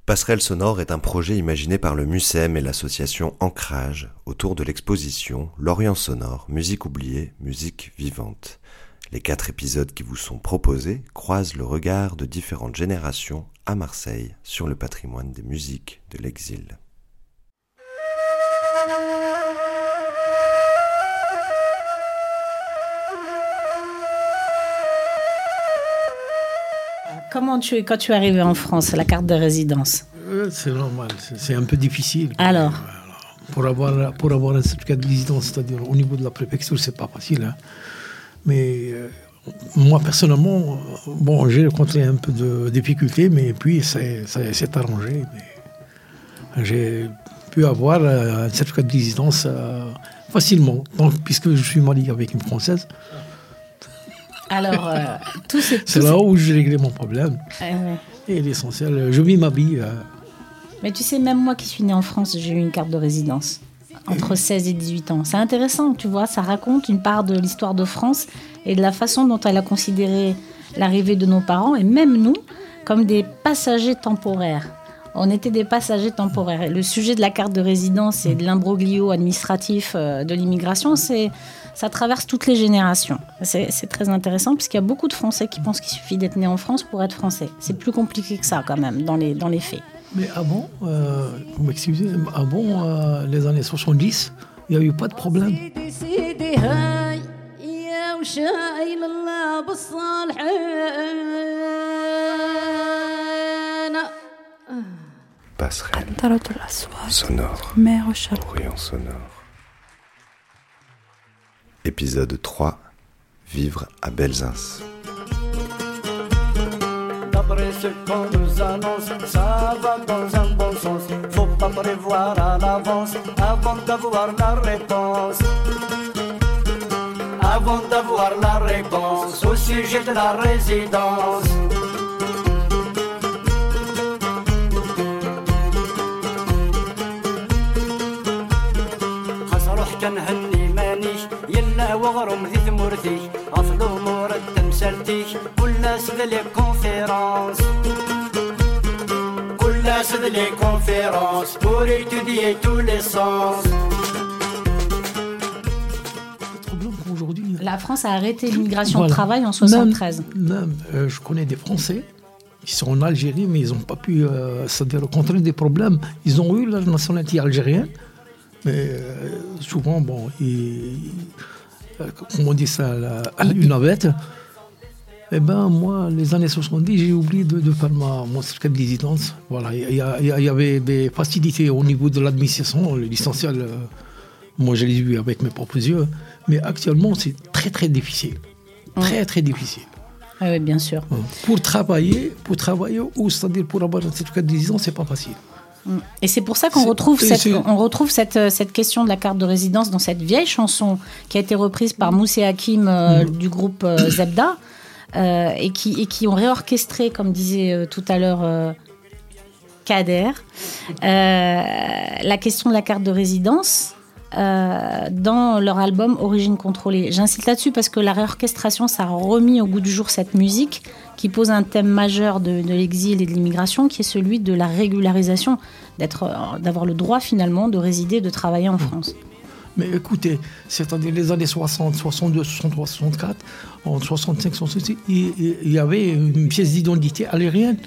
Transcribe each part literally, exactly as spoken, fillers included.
Passerelle sonore est un projet imaginé par le MUSEM et l'association Ancrage autour de l'exposition L'Orient sonore, musique oubliée, musique vivante. Les quatre épisodes qui vous sont proposés croisent le regard de différentes générations à Marseille sur le patrimoine des musiques de l'exil. Comment tu es quand tu es arrivé en France, la carte de résidence? C'est normal, c'est, c'est un peu difficile. Alors, pour avoir, pour avoir un certificat de résidence, c'est-à-dire au niveau de la préfecture, c'est pas facile. Hein. Mais euh, moi, personnellement, bon, j'ai rencontré un peu de difficultés, mais puis c'est, c'est, c'est arrangé. Mais j'ai pu avoir un certificat de résidence euh, facilement, donc, puisque je suis marié avec une Française. Alors, euh, tout ce, tout c'est là où j'ai réglé mon problème. Euh, ouais. Et l'essentiel, je vis ma vie. Euh... Mais tu sais, même moi qui suis née en France, j'ai eu une carte de résidence entre seize et dix-huit ans. C'est intéressant, tu vois, ça raconte une part de l'histoire de France et de la façon dont elle a considéré l'arrivée de nos parents, et même nous, comme des passagers temporaires. On était des passagers temporaires. Et le sujet de la carte de résidence et de l'imbroglio administratif de l'immigration, c'est... ça traverse toutes les générations. C'est, c'est très intéressant puisqu'il y a beaucoup de Français qui pensent qu'il suffit d'être né en France pour être français. C'est plus compliqué que ça quand même dans les, dans les faits. Mais avant, euh, vous m'excusez, avant euh, les années soixante-dix, il n'y a eu pas de problème. Passerelle sonore, Orient sonore. Épisode trois, Vivre à Belzins. D'après ce qu'on nous annonce, ça va dans un bon sens. Faut pas prévoir à l'avance avant d'avoir la réponse. Avant d'avoir la réponse au sujet de la résidence. كنهني مانيش يلا وغرم ذي ثمورتي أفضل مرتب سالتيش كل ناس ذي كونفيرانس كل ناس ذي كونفيرانس pour étudier tous les sens. La France a arrêté l'immigration voilà. de travail en soixante-treize. Même, même euh, je connais des Français qui sont en Algérie, mais ils n'ont pas pu euh, c'est-à-dire rencontrer des problèmes. Ils ont eu la nationalité algérienne. Mais euh, souvent, bon, il, euh, comment on dit ça, la, une navette. Eh ben, moi, les années soixante-dix, j'ai oublié de, de faire ma, mon certificat de résidence. Voilà, il y, y, y avait des facilités au niveau de l'administration, l'essentiel. Euh, moi, je l'ai vu avec mes propres yeux. Mais actuellement, c'est très, très difficile. Très, très difficile. Ah oui, bien sûr. Pour travailler, pour travailler, ou c'est-à-dire pour avoir un certificat de résidence, c'est pas facile. Et c'est pour ça qu'on c'est, retrouve, cette, c'est... on retrouve cette, cette question de la carte de résidence dans cette vieille chanson qui a été reprise par Moussé Hakim euh, mmh. du groupe euh, Zebda euh, et, qui, et qui ont réorchestré, comme disait euh, tout à l'heure euh, Kader, euh, la question de la carte de résidence euh, dans leur album Origine contrôlée. J'insiste là-dessus parce que la réorchestration, ça a remis au goût du jour cette musique qui pose un thème majeur de, de l'exil et de l'immigration, qui est celui de la régularisation, d'être, d'avoir le droit finalement de résider, de travailler en France. Mais écoutez, c'est-à-dire les années soixante, soixante-deux, soixante-trois, soixante-quatre, en soixante-cinq, soixante-six, il, il y avait une pièce d'identité algérienne.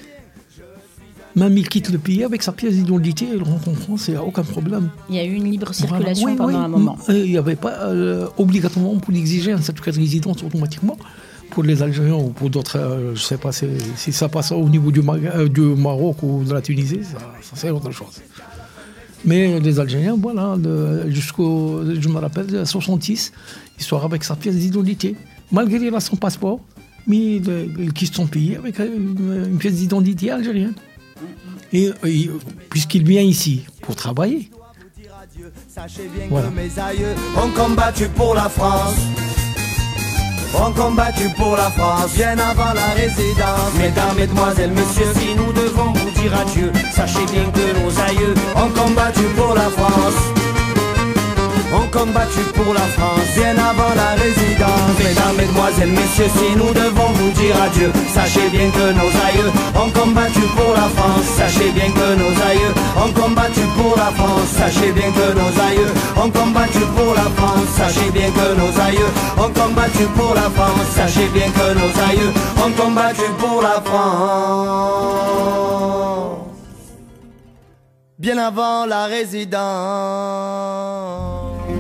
Même il quitte le pays avec sa pièce d'identité, il rentre en France, il n'y a aucun problème. Il y a eu une libre circulation voilà. oui, pendant oui. un moment. Il n'y avait pas euh, obligatoirement pour exiger un certificat de résidence automatiquement. Pour les Algériens ou pour d'autres, euh, je ne sais pas si, si ça passe au niveau du, Mag- euh, du Maroc ou de la Tunisie, ça, ça c'est autre chose. Mais les Algériens, voilà, de, jusqu'au, je me rappelle, soixante-six, ils sont avec sa pièce d'identité. Malgré il a son passeport, mais il, il quitte son pays avec une, une pièce d'identité algérienne. Et, et puisqu'il vient ici pour travailler. Sachez bien voilà. que mes aïeux ont combattu pour la France. Ont combattu pour la France, bien avant la résidence. Mesdames, mesdemoiselles, messieurs, si nous devons vous dire adieu, sachez bien que nos aïeux ont combattu pour la France. Ont combattu pour la France, bien avant la résidence. Mesdames, mesdemoiselles, messieurs, si nous devons vous dire adieu, sachez bien que nos aïeux ont combattu pour la France. Sachez bien que nos aïeux ont combattu pour la France. Sachez bien que nos aïeux ont combattu pour la France. Sachez bien que nos aïeux ont combattu pour la France. Sachez bien que nos aïeux ont combattu pour la France, bien avant la résidence.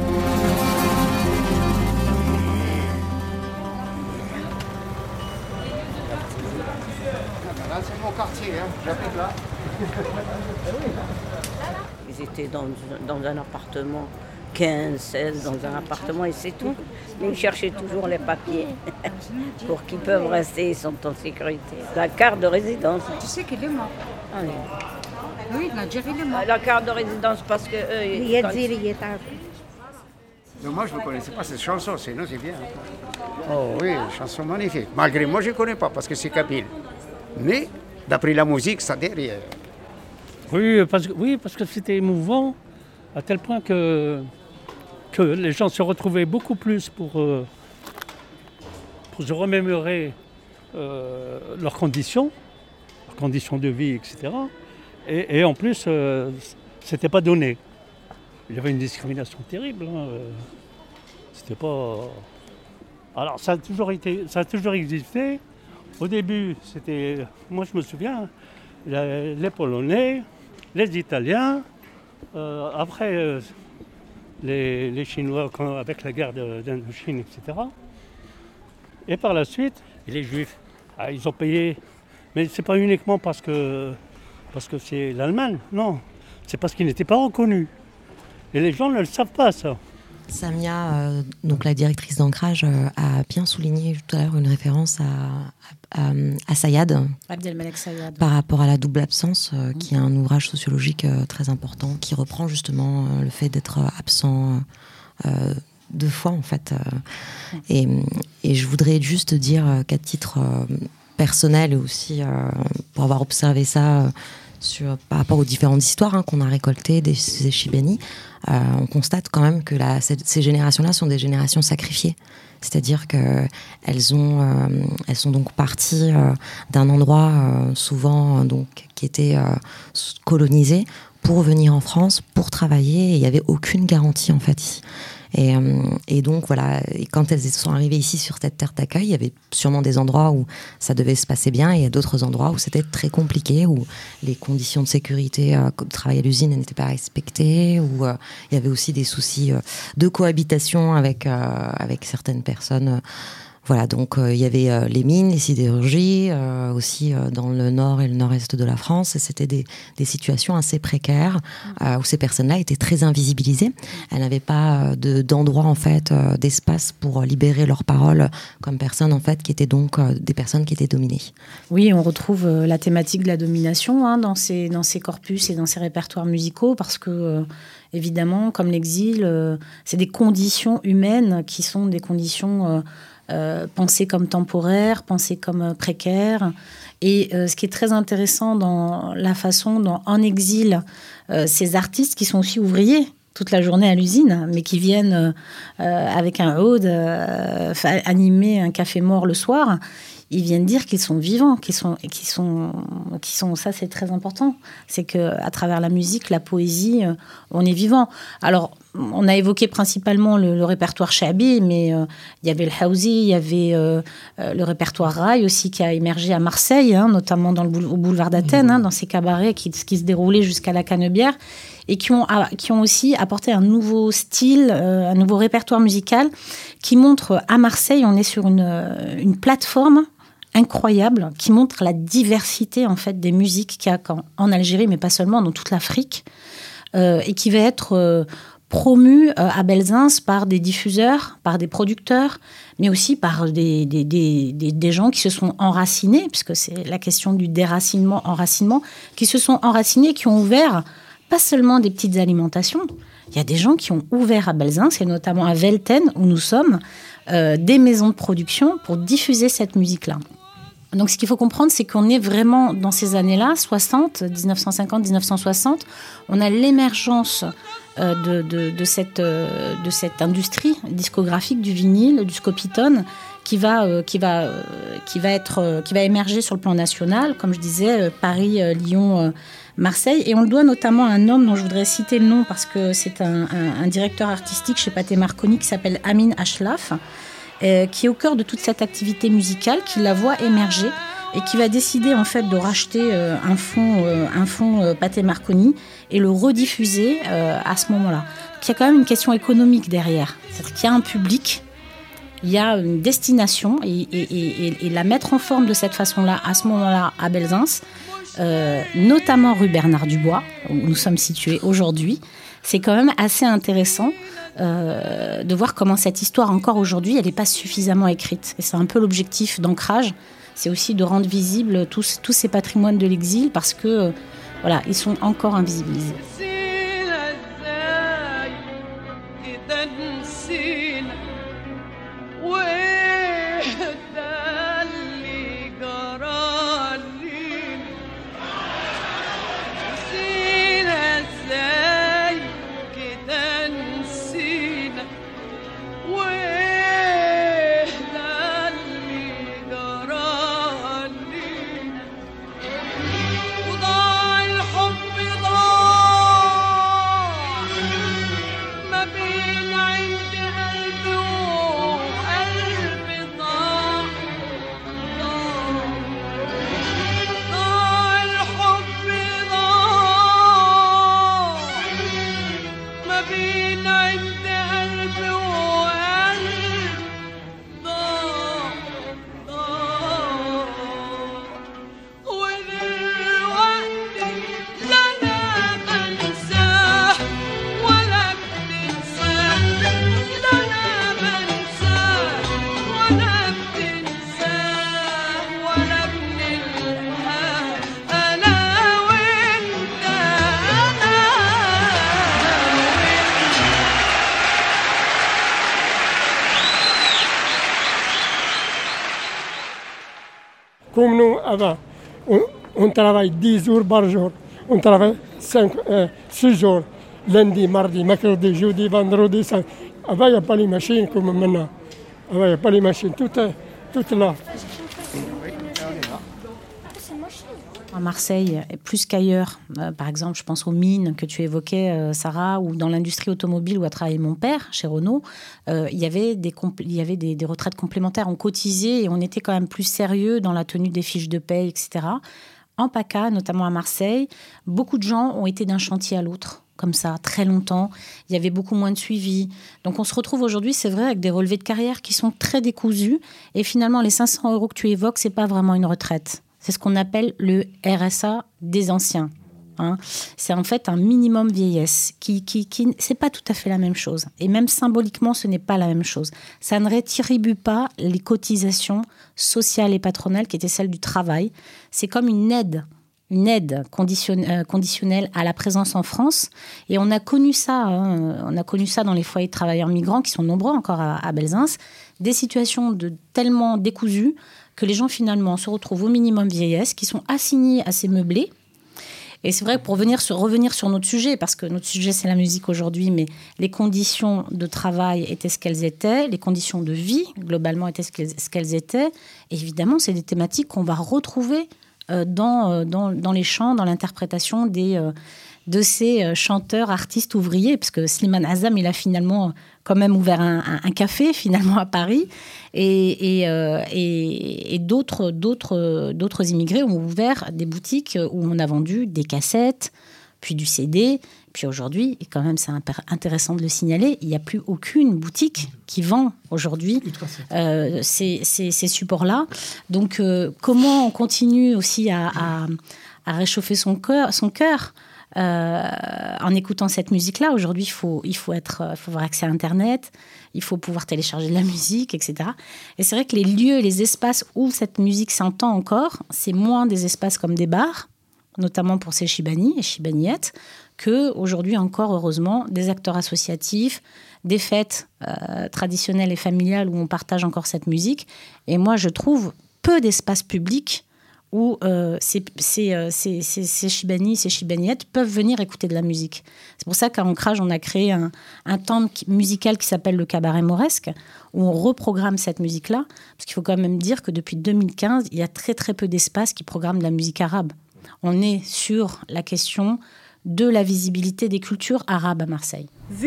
C'est mon quartier, hein. J'habite là. Ils étaient dans, dans un appartement, quinze, seize, dans un appartement et c'est tout. Mais ils cherchaient toujours les papiers pour qu'ils peuvent rester, ils sont en sécurité. La carte de résidence. Tu sais qu'il est mort. Ah, oui. Oui, l'Algérie est mort. La carte de résidence parce que eux, ils, quand... Non, moi je ne connaissais pas cette chanson, sinon c'est bien. Oh oui, chanson magnifique. Malgré moi je ne connais pas parce que c'est kabyle. Mais d'après la musique, ça derrière. Oui, parce que, oui, parce que c'était émouvant, à tel point que, que les gens se retrouvaient beaucoup plus pour, euh, pour se remémorer euh, leurs conditions, leurs conditions de vie, et cetera. Et, et en plus, euh, c'était pas donné. Il y avait une discrimination terrible. Hein. C'était pas. Alors ça a toujours été, ça a toujours existé. Au début, c'était, moi je me souviens, les, les Polonais, les Italiens, euh, après euh, les, les Chinois quand, avec la guerre de, d'Indochine, et cetera. Et par la suite, les Juifs, ah, ils ont payé, mais c'est pas uniquement parce que, parce que c'est l'Allemagne, non, c'est parce qu'ils n'étaient pas reconnus. Et les gens ne le savent pas, ça. Samia, euh, donc la directrice d'Ancrage, euh, a bien souligné tout à l'heure une référence à, à, à Sayad, Abdelmalek Sayad, par rapport à la double absence, euh, mmh. qui est un ouvrage sociologique euh, très important, qui reprend justement euh, le fait d'être absent euh, deux fois en fait. Euh, mmh. et, et je voudrais juste dire euh, qu'à titre euh, personnel et aussi euh, pour avoir observé ça euh, sur, par rapport aux différentes histoires hein, qu'on a récoltées des Chibani, euh, on constate quand même que la, ces, ces générations-là sont des générations sacrifiées. C'est-à-dire qu'elles ont, euh, elles sont donc parties euh, d'un endroit euh, souvent donc, qui était euh, colonisé pour venir en France, pour travailler, et il n'y avait aucune garantie en fait ici. Et, euh, et donc voilà, et quand elles sont arrivées ici sur cette terre d'accueil, il y avait sûrement des endroits où ça devait se passer bien, et il y a d'autres endroits où c'était très compliqué, où les conditions de sécurité euh, de travail à l'usine n'étaient pas respectées, où euh, il y avait aussi des soucis euh, de cohabitation avec, euh, avec certaines personnes. Euh, Voilà, donc euh, il y avait euh, les mines, les sidérurgies, euh, aussi euh, dans le nord et le nord-est de la France. Et c'était des, des situations assez précaires euh, où ces personnes-là étaient très invisibilisées. Elles n'avaient pas euh, de, d'endroit, en fait, euh, d'espace pour libérer leurs paroles comme personnes, en fait, qui étaient donc euh, des personnes qui étaient dominées. Oui, on retrouve euh, la thématique de la domination hein, dans, ces, dans ces corpus et dans ces répertoires musicaux parce que, euh, évidemment, comme l'exil, euh, c'est des conditions humaines qui sont des conditions... Euh, Euh, pensées comme temporaires, pensées comme euh, précaires. Et euh, ce qui est très intéressant dans la façon dont, en exil, euh, ces artistes qui sont aussi ouvriers toute la journée à l'usine, mais qui viennent euh, avec un oud, euh, animer un café mort le soir, ils viennent dire qu'ils sont vivants, qu'ils sont, qu'ils sont, qu'ils sont, ça c'est très important. C'est qu'à travers la musique, la poésie, euh, on est vivant. Alors, on a évoqué principalement le, le répertoire Chabi, mais euh, il y avait le Haouzi, il y avait euh, euh, le répertoire Rail aussi qui a émergé à Marseille, hein, notamment dans le boule- au boulevard d'Athènes, mmh. hein, dans ces cabarets qui, qui se déroulaient jusqu'à la Canebière, et qui ont, qui ont aussi apporté un nouveau style, euh, un nouveau répertoire musical qui montre, à Marseille, on est sur une, une plateforme incroyable qui montre la diversité en fait des musiques qu'il y a en Algérie, mais pas seulement, dans toute l'Afrique, euh, et qui va être euh, promue euh, à Belzins par des diffuseurs, par des producteurs, mais aussi par des, des, des, des, des gens qui se sont enracinés, puisque c'est la question du déracinement, enracinement, qui se sont enracinés, qui ont ouvert pas seulement des petites alimentations, il y a des gens qui ont ouvert à Belzins, et notamment à Velten, où nous sommes, euh, des maisons de production pour diffuser cette musique-là. Donc, ce qu'il faut comprendre, c'est qu'on est vraiment dans ces années-là, soixante, dix-neuf cent cinquante, dix-neuf cent soixante, on a l'émergence euh, de, de, de, cette, euh, de cette industrie discographique du vinyle, du scopitone, qui va, euh, qui va, euh, qui va être, euh, qui va émerger sur le plan national, comme je disais, euh, Paris, euh, Lyon, euh, Marseille. Et on le doit notamment à un homme dont je voudrais citer le nom parce que c'est un, un, un directeur artistique chez Pathé Marconi qui s'appelle Amin Ashlaf, Euh, qui est au cœur de toute cette activité musicale, qui la voit émerger et qui va décider en fait de racheter euh, un fonds, euh, un fonds euh, Pathé Marconi et le rediffuser euh, à ce moment-là. Donc, il y a quand même une question économique derrière. C'est-à-dire qu'il y a un public, il y a une destination et, et, et, et la mettre en forme de cette façon-là à ce moment-là à Belzunce, euh, notamment rue Bernard Dubois, où nous sommes situés aujourd'hui, c'est quand même assez intéressant euh, de voir comment cette histoire, encore aujourd'hui, elle n'est pas suffisamment écrite. Et c'est un peu l'objectif d'Ancrage, c'est aussi de rendre visibles tous, tous ces patrimoines de l'exil parce que, euh, voilà, ils sont encore invisibilisés. Comme nous, avant, on, on travaille dix jours par jour. On travaille cinq, euh, six jours. Lundi, mardi, mercredi, jeudi, vendredi, samedi. Avant, il n'y a pas les machines comme maintenant. Avant, il n'y a pas les machines. Tout est, tout est là. À Marseille, plus qu'ailleurs, euh, par exemple, je pense aux mines que tu évoquais, euh, Sarah, ou dans l'industrie automobile où a travaillé mon père, chez Renault, euh, il y avait, des, compl- il y avait des, des retraites complémentaires. On cotisait et on était quand même plus sérieux dans la tenue des fiches de paye, et cetera. En PACA, notamment à Marseille, beaucoup de gens ont été d'un chantier à l'autre, comme ça, très longtemps. Il y avait beaucoup moins de suivi. Donc on se retrouve aujourd'hui, c'est vrai, avec des relevés de carrière qui sont très décousus. Et finalement, les cinq cents euros que tu évoques, ce n'est pas vraiment une retraite. C'est ce qu'on appelle le R S A des anciens. Hein. C'est en fait un minimum vieillesse qui, qui, qui, c'est pas tout à fait la même chose. Et même symboliquement, ce n'est pas la même chose. Ça ne rétribue pas les cotisations sociales et patronales qui étaient celles du travail. C'est comme une aide, une aide conditionnelle, conditionnelle à la présence en France. Et on a connu ça, hein, on a connu ça dans les foyers de travailleurs migrants qui sont nombreux encore à, à Belzunce, des situations de tellement décousues que les gens, finalement, se retrouvent au minimum vieillesse, qui sont assignés à ces meublés. Et c'est vrai que pour venir sur, revenir sur notre sujet, parce que notre sujet, c'est la musique aujourd'hui, mais les conditions de travail étaient ce qu'elles étaient, les conditions de vie, globalement, étaient ce qu'elles, ce qu'elles étaient. Et évidemment, c'est des thématiques qu'on va retrouver euh, dans, dans, dans les chants, dans l'interprétation des, euh, de ces euh, chanteurs, artistes, ouvriers, parce que Slimane Azam, il a finalement quand même ouvert un, un, un café, finalement, à Paris. Et, et, euh, et, et d'autres, d'autres, d'autres immigrés ont ouvert des boutiques où on a vendu des cassettes, puis du C D. Puis aujourd'hui, et quand même c'est intéressant de le signaler, il n'y a plus aucune boutique qui vend aujourd'hui euh, ces, ces, ces supports-là. Donc euh, comment on continue aussi à, à, à réchauffer son cœur, son cœur Euh, en écoutant cette musique-là. Aujourd'hui, il faut, il faut, être, il faut avoir accès à Internet, il faut pouvoir télécharger de la musique, et cetera. Et c'est vrai que les lieux, les espaces où cette musique s'entend encore, c'est moins des espaces comme des bars, notamment pour ces Chibani et Chibaniettes, qu'aujourd'hui encore, heureusement, des acteurs associatifs, des fêtes euh, traditionnelles et familiales où on partage encore cette musique. Et moi, je trouve peu d'espaces publics où euh, ces, ces, euh, ces, ces, ces Chibani, ces Chibaniettes peuvent venir écouter de la musique. C'est pour ça qu'à Ancrage, on a créé un, un temple musical qui s'appelle le Cabaret Mauresque, où on reprogramme cette musique-là, parce qu'il faut quand même dire que depuis deux mille quinze, il y a très très peu d'espaces qui programment de la musique arabe. On est sur la question de la visibilité des cultures arabes à Marseille.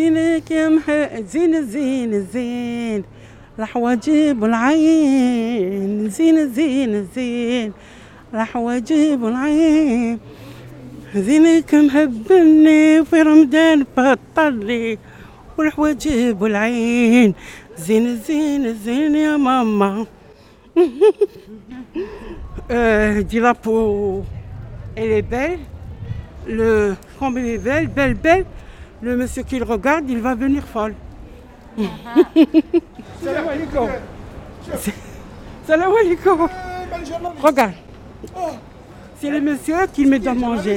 راح واجيب العين زينك مهبلني في رمضان بطلي وراح واجيب العين زين زين زين يا ماما. euh, dis la peau elle est belle, le comme elle est belle, belle, belle, le monsieur qui le regarde il va venir folle. Salam alaikum. Salam alaikum. Regarde. C'est le monsieur qui me donne manger.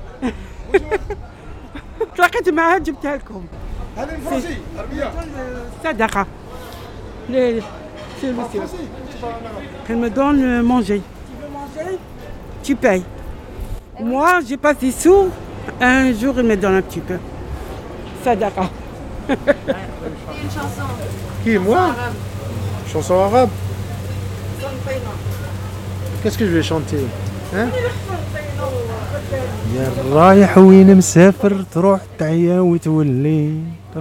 تلاقيت معاه جبتها لكم. هذا الفرنسي عربية. صدقة. C'est le monsieur. Il me donne manger. Tu veux manger? Tu payes. Moi, j'ai pas des sous. Un jour, il me donne un petit peu. Sadaka. Une chanson. Qui, moi? Chanson arabe. Qu'est-ce que je vais chanter? Hein? يا رايح وين مسافر تروح تعيا وتولي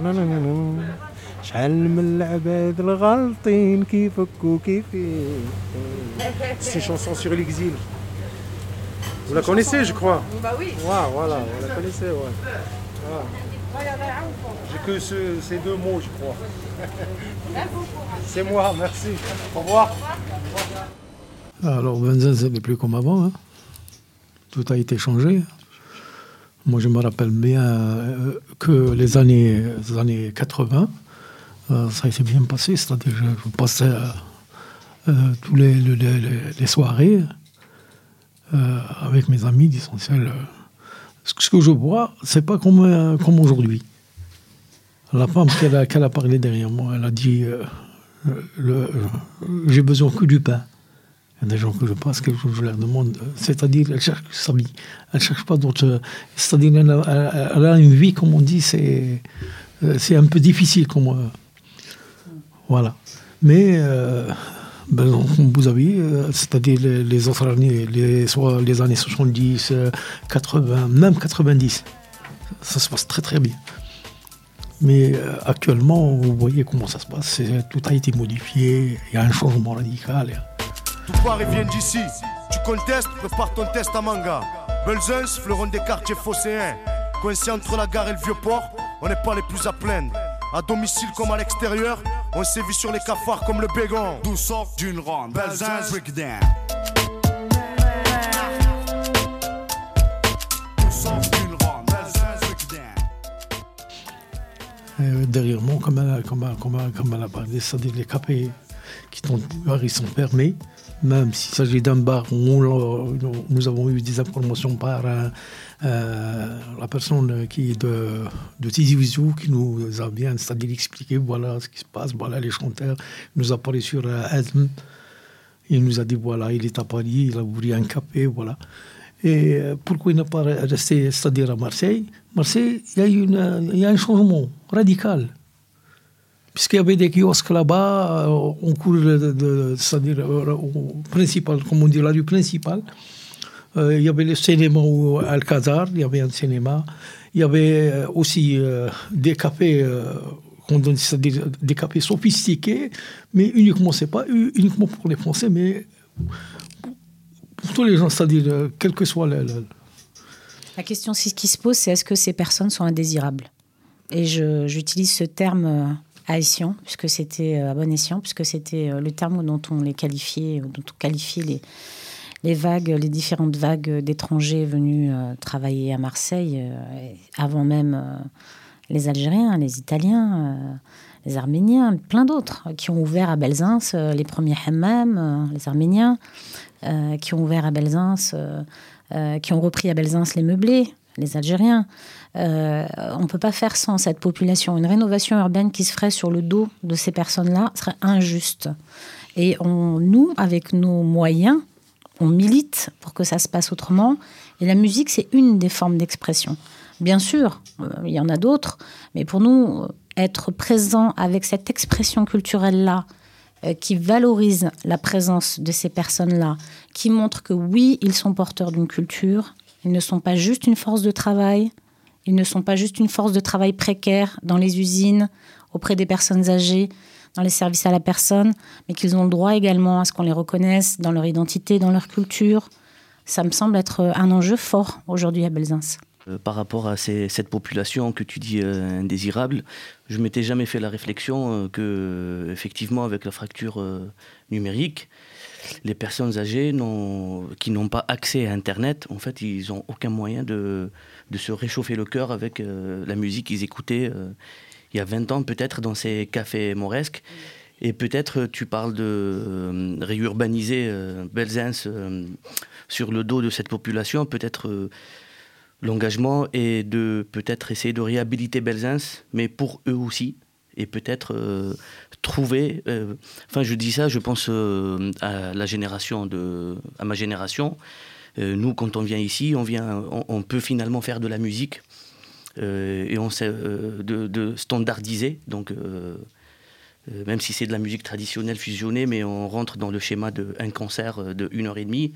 شحال من العباد الغالطين كيفك وكيفي. C'est une chanson sur l'exil. Vous la connaissez, je crois? Bah oui. Wow, voilà, vous la connaissez, ouais. Voilà. J'ai que ce, ces deux mots, je crois. C'est moi, merci. Au revoir. Alors, Benzin, ce n'est plus comme avant. Hein. Tout a été changé. Moi, je me rappelle bien euh, que les années, les années quatre-vingts, euh, ça a été bien passé. C'est-à-dire que je passais euh, euh, tous les, les, les, les soirées euh, avec mes amis d'essentiel. Ce que je vois, c'est pas comme, euh, comme aujourd'hui. La femme qu'elle a, qu'elle a parlé derrière moi, elle a dit euh, le, euh, j'ai besoin que du pain. Il y a des gens que je passe, quelque chose que je leur demande. C'est-à-dire, elle cherche sa vie. Elle ne cherche pas d'autres. C'est-à-dire, elle a, elle a une vie, comme on dit, c'est, c'est un peu difficile. Comme, euh, voilà. Mais, euh, ben, comme vous avez, euh, c'est-à-dire les, les autres années, les, soit les années soixante-dix, quatre-vingts, même quatre-vingt-dix, ça se passe très très bien. Mais euh, actuellement, vous voyez comment ça se passe. C'est, tout a été modifié. Il y a un changement radical. Tout part et vient d'ici. Tu contestes, prépare ton test à manga. Belzunce, fleuron des quartiers phocéens. Coincé entre la gare et le vieux port, on n'est pas les plus à plaindre. À domicile comme à l'extérieur, on sévit sur les cafards comme le bégon. D'où sort d'une ronde, Belzunce, breakdown. D'où sort d'une ronde, Belzunce, breakdown. Euh, derrière moi, comme elle, comme, elle, comme, elle, comme elle a parlé, c'est-à-dire les cafés qui sont, ils sont fermés. Même s'il s'agit d'un bar où on, nous avons eu des informations par euh, euh, la personne qui est de, de Tizi Ouzou qui nous a bien, c'est-à-dire expliqué voilà ce qui se passe, voilà les chanteurs. Il nous a parlé sur euh, Azm. Il nous a dit voilà, il est à Paris, il a ouvert un café, voilà. Et euh, pourquoi il n'a pas resté, c'est-à-dire à Marseille? Marseille, il y a, une, il y a un changement radical. Puisqu'il y avait des kiosques là-bas, euh, en cours de, de, c'est-à-dire euh, au principal, comme on dit, la rue principale. Euh, il y avait le cinéma au Alcazar, il y avait un cinéma. Il y avait euh, aussi euh, des cafés, euh, qu'on donne, c'est-à-dire des cafés sophistiqués, mais uniquement, c'est pas uniquement pour les Français, mais pour tous les gens, c'est-à-dire euh, quel que soit le, le... La question qui se pose, c'est est-ce que ces personnes sont indésirables? Et je, j'utilise ce terme... Euh, à escient, puisque c'était à bon escient, puisque c'était le terme dont on les qualifiait, dont on qualifiait les, les vagues, les différentes vagues d'étrangers venus euh, travailler à Marseille, euh, avant même euh, les Algériens, les Italiens, euh, les Arméniens, plein d'autres, qui ont ouvert à Belzins euh, les premiers hammams, euh, les Arméniens, euh, qui ont ouvert à Belzins, euh, euh, qui ont repris à Belzins les meublés, les Algériens. Euh, on ne peut pas faire sans cette population. Une rénovation urbaine qui se ferait sur le dos de ces personnes-là serait injuste. Et on, nous, avec nos moyens, on milite pour que ça se passe autrement. Et la musique, c'est une des formes d'expression. Bien sûr, euh, il y en a d'autres, mais pour nous, euh, être présent avec cette expression culturelle-là, euh, qui valorise la présence de ces personnes-là, qui montre que oui, ils sont porteurs d'une culture, ils ne sont pas juste une force de travail, ils ne sont pas juste une force de travail précaire dans les usines, auprès des personnes âgées, dans les services à la personne, mais qu'ils ont le droit également à ce qu'on les reconnaisse dans leur identité, dans leur culture. Ça me semble être un enjeu fort aujourd'hui à Belzunce. Euh, par rapport à ces, cette population que tu dis euh, indésirable, je m'étais jamais fait la réflexion euh, que, effectivement, avec la fracture euh, numérique, les personnes âgées n'ont, qui n'ont pas accès à Internet, en fait, ils n'ont aucun moyen de, de se réchauffer le cœur avec euh, la musique qu'ils écoutaient euh, il y a vingt ans, peut-être, dans ces cafés mauresques. Et peut-être tu parles de euh, réurbaniser euh, Belzunce euh, sur le dos de cette population. Peut-être euh, l'engagement est de peut-être essayer de réhabiliter Belzunce, mais pour eux aussi. Et peut-être euh, trouver... Euh, enfin, je dis ça, je pense euh, à la génération, de, à ma génération. Euh, nous, quand on vient ici, on, vient, on, on peut finalement faire de la musique euh, et on sait euh, de, de standardiser. Donc... Euh, Euh, même si c'est de la musique traditionnelle fusionnée, mais on rentre dans le schéma d'un concert de une heure et demie.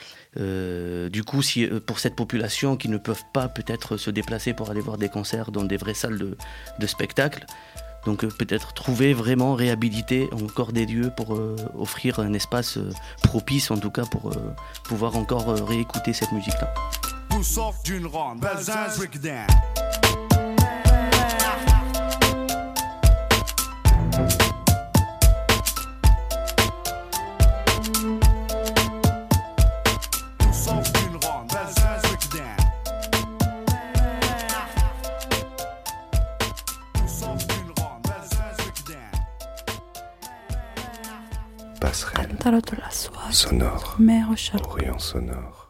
Euh, du coup, si, pour cette population qui ne peuvent pas peut-être se déplacer pour aller voir des concerts dans des vraies salles de, de spectacle, donc euh, peut-être trouver vraiment, réhabiliter encore des lieux pour euh, offrir un espace euh, propice, en tout cas pour euh, pouvoir encore euh, réécouter cette musique-là. Tout sort d'une ronde, Belzunce Breakdown. Passerelle sonore, Orient sonore.